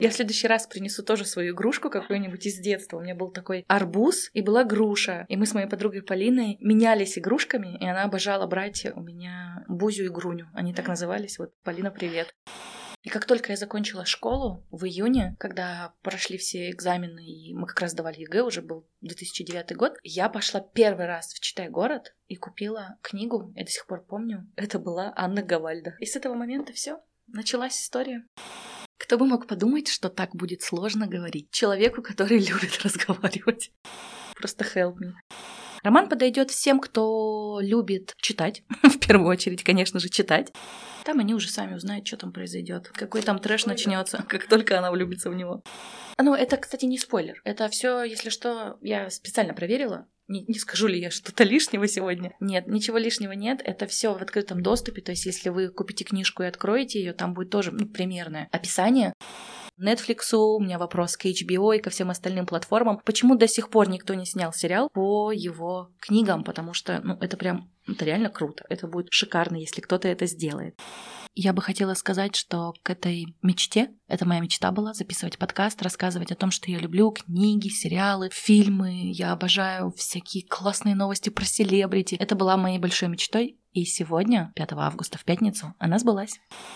Я в следующий раз принесу тоже свою игрушку какую-нибудь из детства. У меня был такой арбуз и была груша. И мы с моей подругой Полиной менялись игрушками, и она обожала брать у меня Бузю и Груню. Они так назывались. Вот, Полина, привет. И как только я закончила школу в июне, когда прошли все экзамены, и мы как раз сдавали ЕГЭ, уже был 2009 год, я пошла первый раз в Читай-город и купила книгу, я до сих пор помню, это была Анна Гавальда. И с этого момента все, началась история. Кто бы мог подумать, что так будет сложно говорить человеку, который любит разговаривать. Просто help me. Роман подойдет всем, кто любит читать, в первую очередь, конечно же, читать. Там они уже сами узнают, что там произойдет, какой там трэш начнется, как только она влюбится в него. Ну, это, кстати, не спойлер. Это все, если что, я специально проверила. Не скажу ли я что-то лишнего сегодня? Нет, ничего лишнего нет. Это все в открытом доступе. То есть, если вы купите книжку и откроете ее, там будет тоже примерное описание. Netflix, у меня вопрос к HBO и ко всем остальным платформам. Почему до сих пор никто не снял сериал по его книгам? Потому что, это реально круто. Это будет шикарно, если кто-то это сделает. Я бы хотела сказать, что к этой мечте, это моя мечта была, записывать подкаст, рассказывать о том, что я люблю книги, сериалы, фильмы, я обожаю всякие классные новости про селебрити. Это была моей большой мечтой, и сегодня, 5 августа, в пятницу, она сбылась.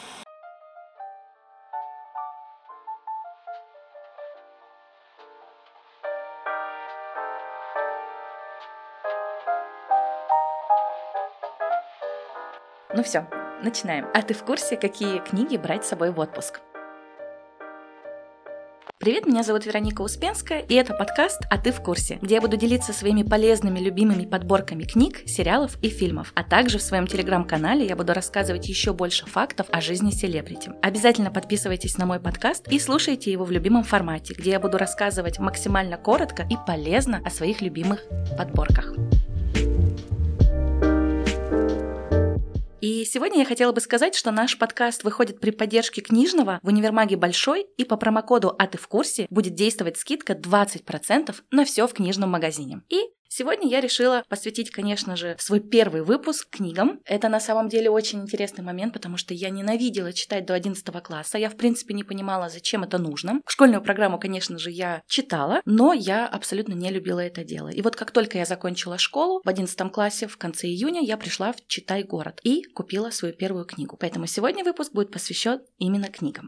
Ну все, начинаем. А ты в курсе, какие книги брать с собой в отпуск? Привет, меня зовут Вероника Успенская, и это подкаст «А ты в курсе», где я буду делиться своими полезными, любимыми подборками книг, сериалов и фильмов. А также в своем телеграм-канале я буду рассказывать еще больше фактов о жизни селебрити. Обязательно подписывайтесь на мой подкаст и слушайте его в любимом формате, где я буду рассказывать максимально коротко и полезно о своих любимых подборках. И сегодня я хотела бы сказать, что наш подкаст выходит при поддержке книжного в универмаге Большой, и по промокоду «А ты в курсе» будет действовать скидка 20% на все в книжном магазине. И сегодня я решила посвятить, конечно же, свой первый выпуск книгам. Это на самом деле очень интересный момент, потому что я ненавидела читать до 11 класса. Я, в принципе, не понимала, зачем это нужно. Школьную программу, конечно же, я читала, но я абсолютно не любила это дело. И вот как только я закончила школу, в 11 классе, в конце июня, я пришла в Читай-город и купила свою первую книгу. Поэтому сегодня выпуск будет посвящен именно книгам.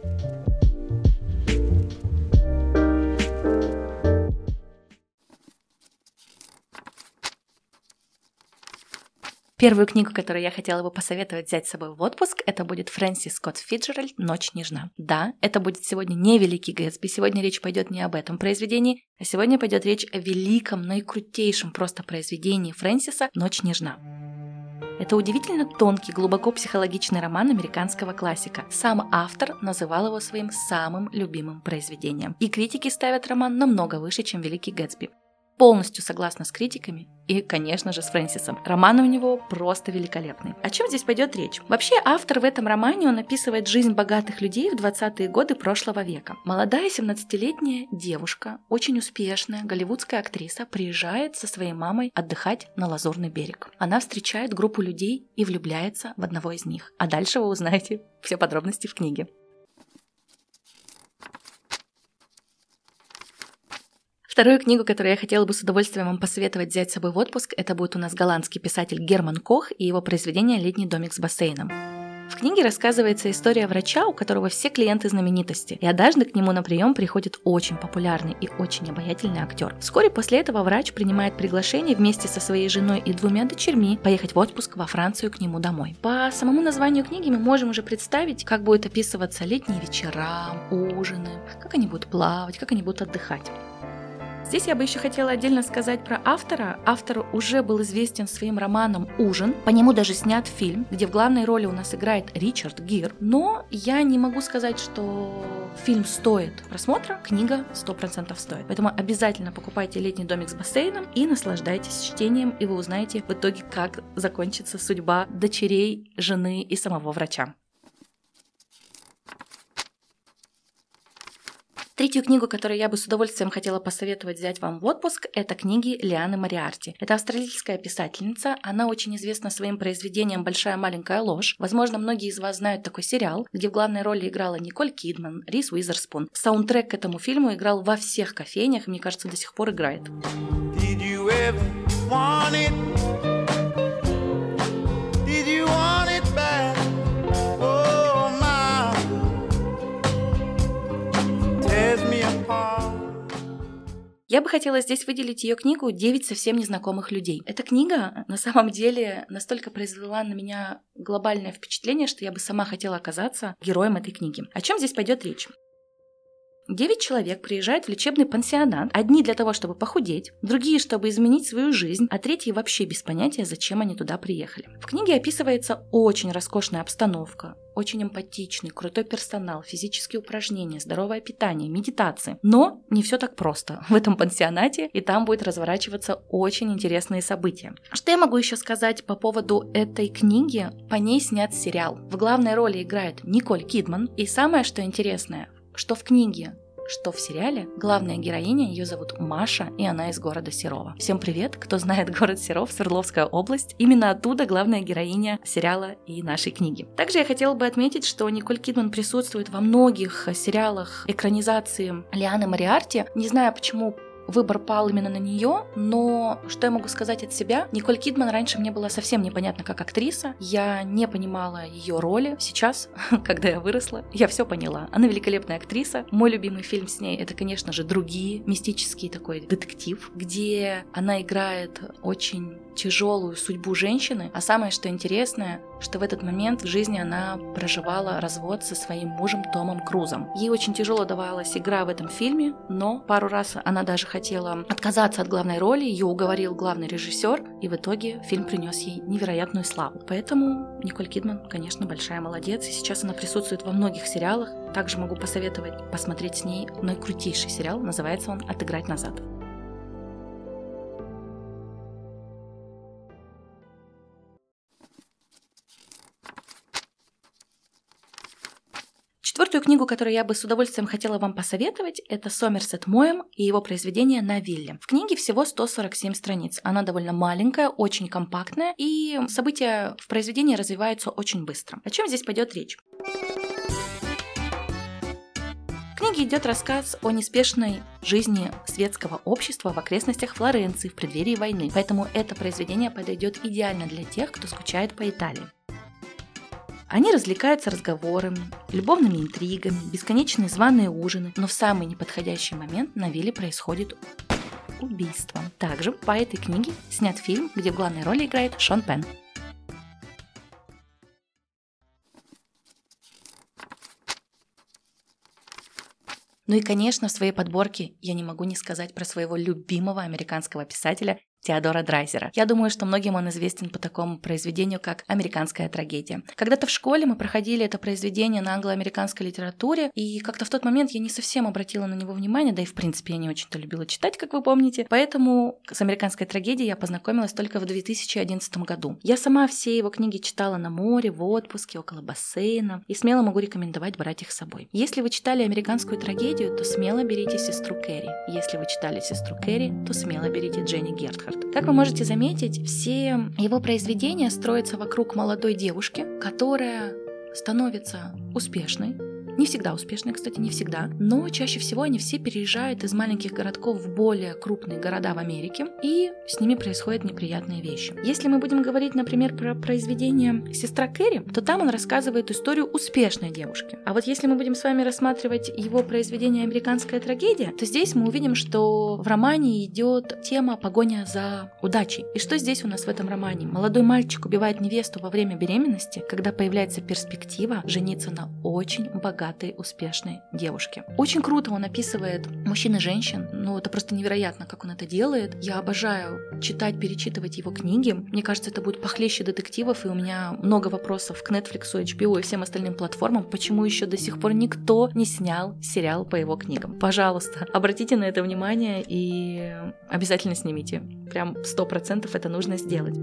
Первую книгу, которую я хотела бы посоветовать взять с собой в отпуск, это будет Фрэнсис Скотт Фицджеральд «Ночь нежна». Да, это будет сегодня не «Великий Гэтсби», сегодня речь пойдет не об этом произведении, а сегодня пойдет речь о великом, наикрутейшем просто произведении Фрэнсиса «Ночь нежна». Это удивительно тонкий, глубоко психологичный роман американского классика. Сам автор называл его своим самым любимым произведением. И критики ставят роман намного выше, чем «Великий Гэтсби». Полностью согласна с критиками и, конечно же, с Фрэнсисом. Роман у него просто великолепный. О чем здесь пойдет речь? Вообще, автор в этом романе, он описывает жизнь богатых людей в 20-е годы прошлого века. Молодая 17-летняя девушка, очень успешная голливудская актриса, приезжает со своей мамой отдыхать на Лазурный берег. Она встречает группу людей и влюбляется в одного из них. А дальше вы узнаете все подробности в книге. Вторую книгу, которую я хотела бы с удовольствием вам посоветовать взять с собой в отпуск, это будет у нас голландский писатель Герман Кох и его произведение «Летний домик с бассейном». В книге рассказывается история врача, у которого все клиенты знаменитости, и однажды к нему на прием приходит очень популярный и очень обаятельный актер. Вскоре после этого врач принимает приглашение вместе со своей женой и 2 дочерьми поехать в отпуск во Францию к нему домой. По самому названию книги мы можем уже представить, как будет описываться летние вечера, ужины, как они будут плавать, как они будут отдыхать. Здесь я бы еще хотела отдельно сказать про автора. Автор уже был известен своим романом «Ужин». По нему даже снят фильм, где в главной роли у нас играет Ричард Гир. Но я не могу сказать, что фильм стоит просмотра, книга 100% стоит. Поэтому обязательно покупайте «Летний домик с бассейном» и наслаждайтесь чтением, и вы узнаете в итоге, как закончится судьба дочерей, жены и самого врача. Третью книгу, которую я бы с удовольствием хотела посоветовать взять вам в отпуск, это книги Лианы Мориарти. Это австралийская писательница, она очень известна своим произведением «Большая маленькая ложь». Возможно, многие из вас знают такой сериал, где в главной роли играла Николь Кидман, Риз Уизерспун. Саундтрек к этому фильму играл во всех кофейнях, и, мне кажется, до сих пор играет. Did you ever want it? Did you want it back? Oh, my. Tears me apart. Я бы хотела здесь выделить ее книгу «9 совсем незнакомых людей». Эта книга на самом деле настолько произвела на меня глобальное впечатление, что я бы сама хотела оказаться героем этой книги. О чем здесь пойдет речь? 9 человек приезжают в лечебный пансионат, одни для того, чтобы похудеть, другие, чтобы изменить свою жизнь, а третьи вообще без понятия, зачем они туда приехали. В книге описывается очень роскошная обстановка, очень эмпатичный, крутой персонал, физические упражнения, здоровое питание, медитации. Но не все так просто в этом пансионате, и там будет разворачиваться очень интересные события. Что я могу еще сказать по поводу этой книги? По ней снят сериал. В главной роли играет Николь Кидман, и самое, что интересное, что в книге, что в сериале, главная героиня, ее зовут Маша, и она из города Серова. Всем привет, кто знает город Серов, Свердловская область. Именно оттуда главная героиня сериала и нашей книги. Также я хотела бы отметить, что Николь Кидман присутствует во многих сериалах экранизации Лианы Мориарти. Не знаю, почему выбор пал именно на нее, но что я могу сказать от себя? Николь Кидман раньше мне была совсем непонятна как актриса, я не понимала ее роли. Сейчас, когда я выросла, я все поняла. Она великолепная актриса. Мой любимый фильм с ней — это, конечно же, «Другие», мистический такой детектив, где она играет очень тяжелую судьбу женщины, а самое, что интересное, что в этот момент в жизни она проживала развод со своим мужем Томом Крузом. Ей очень тяжело давалась игра в этом фильме, но пару раз она даже хотела отказаться от главной роли, ее уговорил главный режиссер, и в итоге фильм принес ей невероятную славу. Поэтому Николь Кидман, конечно, большая молодец, и сейчас она присутствует во многих сериалах. Также могу посоветовать посмотреть с ней наикрутейший сериал, называется он «Отыграть назад». Четвертую книгу, которую я бы с удовольствием хотела вам посоветовать, это Сомерсет Моэм и его произведение «На вилле». В книге всего 147 страниц. Она довольно маленькая, очень компактная, и события в произведении развиваются очень быстро. О чем здесь пойдет речь? В книге идет рассказ о неспешной жизни светского общества в окрестностях Флоренции в преддверии войны, поэтому это произведение подойдет идеально для тех, кто скучает по Италии. Они развлекаются разговорами, любовными интригами, бесконечные званые ужины, но в самый неподходящий момент на вилле происходит убийство. Также по этой книге снят фильм, где в главной роли играет Шон Пенн. Ну и, конечно, в своей подборке я не могу не сказать про своего любимого американского писателя Теодора Драйзера. Я думаю, что многим он известен по такому произведению, как «Американская трагедия». Когда-то в школе мы проходили это произведение на англо-американской литературе, и как-то в тот момент я не совсем обратила на него внимание, да и в принципе я не очень-то любила читать, как вы помните, поэтому с «Американской трагедией» я познакомилась только в 2011 году. Я сама все его книги читала на море, в отпуске, около бассейна, и смело могу рекомендовать брать их с собой. Если вы читали «Американскую трагедию», то смело берите «Сестру Кэрри». Если вы читали «Сестру Кэрри», то смело берите Дженни Гертхард. Как вы можете заметить, все его произведения строятся вокруг молодой девушки, которая становится успешной. Не всегда успешные, кстати, не всегда. Но чаще всего они все переезжают из маленьких городков в более крупные города в Америке, и с ними происходят неприятные вещи. Если мы будем говорить, например, про произведение «Сестра Кэрри», то там он рассказывает историю успешной девушки. А вот если мы будем с вами рассматривать его произведение «Американская трагедия», то здесь мы увидим, что в романе идет тема погоня за удачей. И что здесь у нас в этом романе? Молодой мальчик убивает невесту во время беременности, когда появляется перспектива жениться на очень богатой, успешной девушке. Очень круто он описывает мужчин и женщин, ну это просто невероятно, как он это делает. Я обожаю читать, перечитывать его книги. Мне кажется, это будет похлеще детективов, и у меня много вопросов к Netflix, HBO и всем остальным платформам, почему еще до сих пор никто не снял сериал по его книгам. Пожалуйста, обратите на это внимание и обязательно снимите. Прям 100% это нужно сделать.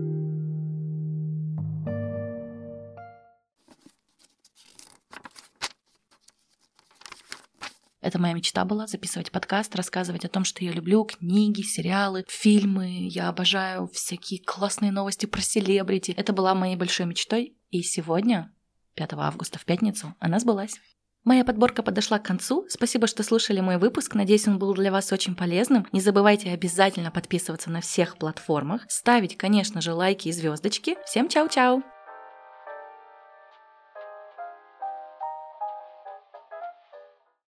Это моя мечта была — записывать подкаст, рассказывать о том, что я люблю книги, сериалы, фильмы. Я обожаю всякие классные новости про селебрити. Это была моей большой мечтой. И сегодня, 5 августа, в пятницу, она сбылась. Моя подборка подошла к концу. Спасибо, что слушали мой выпуск. Надеюсь, он был для вас очень полезным. Не забывайте обязательно подписываться на всех платформах, ставить, конечно же, лайки и звездочки. Всем чау-чау!